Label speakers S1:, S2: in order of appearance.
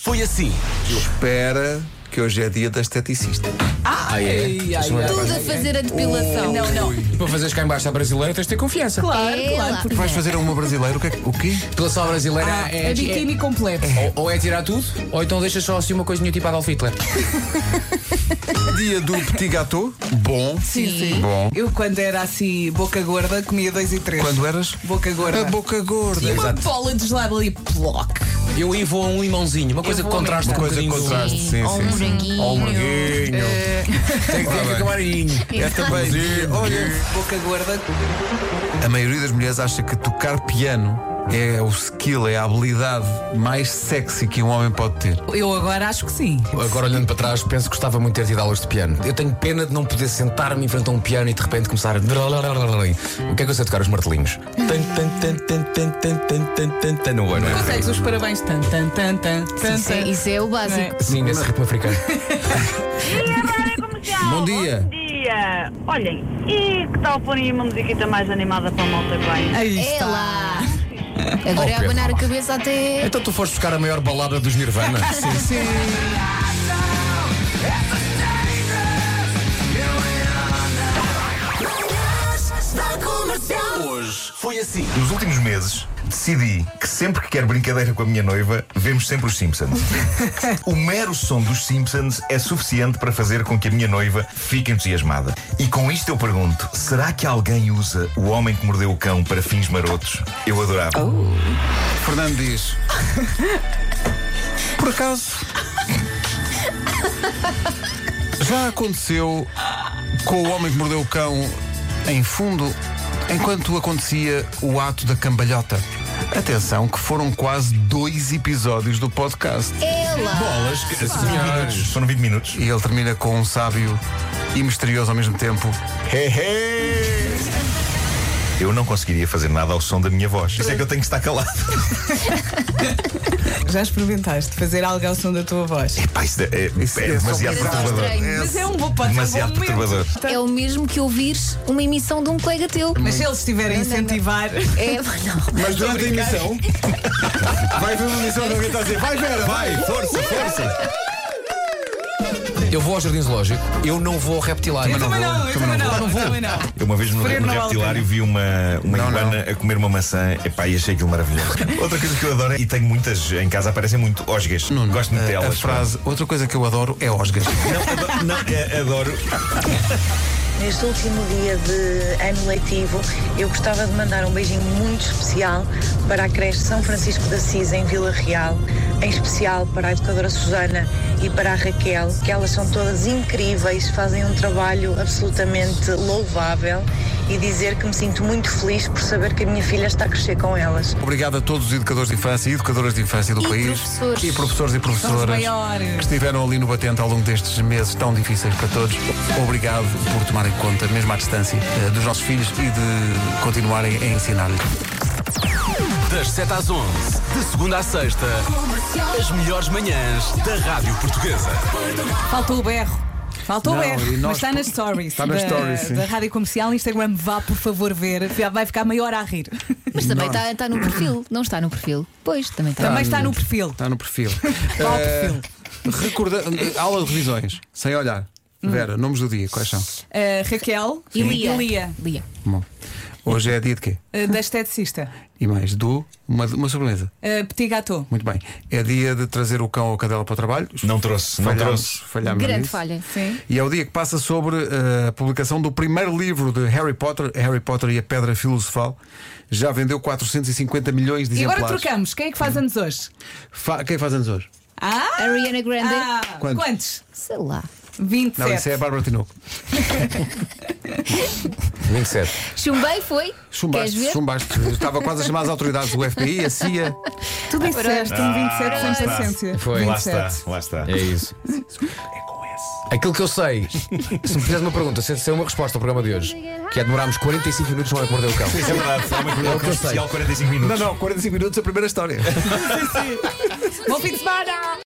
S1: foi assim.
S2: Espera, que hoje é dia da esteticista.
S3: Tudo a fazer a depilação.
S4: Não.
S1: Para fazeres cá em baixo a brasileira tens de ter confiança.
S4: Claro.
S3: Porque
S2: Vais fazer a uma brasileira? O quê?
S1: Depilação brasileira
S4: É biquíni completo.
S1: ou é tirar tudo, ou então deixas só assim uma coisinha tipo Adolf Hitler.
S2: Dia do petit gâteau. Bom.
S4: Sim.
S2: Bom.
S4: Eu, quando era assim, boca gorda, comia 2 e 3.
S2: Quando eras?
S4: Boca gorda.
S2: A boca gorda.
S4: E uma
S1: Exato.
S4: bola de gelado ali, ploc.
S1: Eu aí vou a um limãozinho, uma coisa que
S4: vou a
S1: contrasta
S2: Uma coisa que
S1: bocadinho.
S2: contraste. Sim,
S3: ou um moranguinho.
S2: Ou um moranguinho.
S1: Tem que camarinho.
S2: É também. Olha,
S4: Boca gorda.
S2: a maioria das mulheres acha que tocar piano é o skill, é a habilidade mais sexy que um homem pode ter.
S4: Eu agora acho que sim.
S1: Agora olhando para trás, penso que gostava muito de ter tido aulas de piano. Eu tenho pena de não poder sentar-me em frente a um piano e de repente começar a... O que é que eu sei tocar os martelinhos? Não vou, não é?
S4: Consegues os parabéns. Tan, tan, tan, tan, tan,
S3: Isso é o básico.
S1: Sim, nesse ritmo africano.
S2: Bom dia.
S5: Bom dia. Olhem, e que tal porem uma musiquita mais animada para a malta bem?
S4: Aí
S3: É
S4: está.
S3: lá. Agora é
S1: Pedro.
S3: abanar a cabeça até.
S1: Então tu foste buscar a maior balada dos Nirvana? Sim.
S6: Hoje foi assim. Nos últimos meses, decidi que sempre que quero brincadeira com a minha noiva, vemos sempre os Simpsons. O mero som dos Simpsons é suficiente para fazer com que a minha noiva fique entusiasmada. E com isto eu pergunto, será que alguém usa O Homem que Mordeu o Cão para fins marotos? Eu adorava.
S2: Fernando diz: por acaso, já aconteceu com O Homem que Mordeu o Cão em fundo, enquanto acontecia o ato da cambalhota. Atenção, que foram quase 2 episódios do podcast.
S3: É lá.
S1: Bolas, senhores.
S6: Foram 20 minutos.
S2: E ele termina com um sábio e misterioso ao mesmo tempo.
S6: Eu não conseguiria fazer nada ao som da minha voz. Isso é que eu tenho que estar calado.
S4: Já experimentaste fazer algo ao som da tua voz?
S6: Pá, isso é
S2: é
S6: demasiado
S3: só
S6: perturbador.
S3: estranho.
S4: Mas é um bom, pode ser um
S6: Demasiado
S4: bom momento.
S6: perturbador.
S3: É o mesmo que ouvires uma emissão de um colega teu.
S4: Mas se eles estiverem a incentivar.
S3: É, não.
S2: Mas durante a emissão, vai ver uma emissão que alguém está a dizer: vai, Vera, vai, força, força.
S1: Eu vou ao Jardim Zoológico, eu não vou ao reptilário.
S4: Eu também não.
S6: Eu uma vez no
S4: Freio não vale a
S6: reptilário
S4: pena.
S6: vi uma iguana a comer uma maçã. Epá, e achei aquilo maravilhoso. Outra coisa que eu adoro, e tenho muitas em casa, aparecem muito osgas. Gosto muito
S2: A
S6: delas.
S2: frase, outra coisa que eu adoro é osgas.
S6: Adoro.
S7: Neste último dia de ano letivo, eu gostava de mandar um beijinho muito especial para a creche São Francisco de Assis, em Vila Real, em especial para a educadora Susana e para a Raquel, que elas são todas incríveis, fazem um trabalho absolutamente louvável, e dizer que me sinto muito feliz por saber que a minha filha está a crescer com elas.
S2: Obrigado a todos os educadores de infância e educadoras de infância do
S3: E
S2: país.
S3: professores.
S2: E professores e
S4: São os
S2: professoras
S4: maiores.
S2: que estiveram ali no batente ao longo destes meses tão difíceis para todos. Obrigado por tomarem conta, mesmo à distância, dos nossos filhos e de continuarem a ensinar-lhes.
S1: Das 7 às 11, de segunda à sexta, as melhores manhãs da Rádio Portuguesa.
S4: Faltou o berro. Faltou o
S2: Não,
S4: berro.
S2: e nós-
S4: Mas está nas stories.
S2: Está nas stories, sim.
S4: da Rádio Comercial no Instagram. Vá, por favor, ver. Vai ficar maior a rir.
S3: Mas também está no perfil. Não está no perfil? Pois, também está.
S4: Também está no perfil.
S2: Está no perfil.
S4: Qual perfil?
S2: Aula de revisões, sem olhar. Vera, nomes do dia, quais são?
S4: Raquel
S3: E Lia.
S4: Lia.
S2: Bom, hoje é dia de quê?
S4: Da esteticista.
S2: E mais, uma sobremesa.
S4: Petit gâteau.
S2: Muito bem. É dia de trazer o cão ou a cadela para o trabalho.
S6: Não trouxe.
S2: Falhámos
S3: Grande
S2: nisso.
S3: falha.
S4: Sim.
S2: E é o dia que passa sobre a publicação do primeiro livro de Harry Potter e a Pedra Filosofal. Já vendeu 450 milhões de
S4: E agora
S2: exemplares.
S4: trocamos. Quem é que faz anos hoje?
S2: Quem faz anos hoje?
S3: Ariana Grande.
S2: Quantos?
S3: Sei lá.
S4: 27.
S2: Não, isso é a Bárbara Tinoco.
S1: 27.
S3: Chumbei, foi? Queres ver?
S2: Chumbaste. Estava quase a chamar as autoridades do FBI, a CIA.
S4: Tu disseste um 27 sem paciência.
S1: Foi.
S6: Lá
S4: 27.
S6: está, lá está.
S1: É isso. Aquilo que eu sei, se me fizeres uma pergunta, se é uma resposta ao programa de hoje, que é demorarmos 45 minutos no Hora que Mordeu o Cão.
S6: Isso é verdade. Foi uma
S1: É o que eu sei.
S6: especial 45 minutos.
S2: Não, 45 minutos a primeira história.
S4: Bom fim de semana!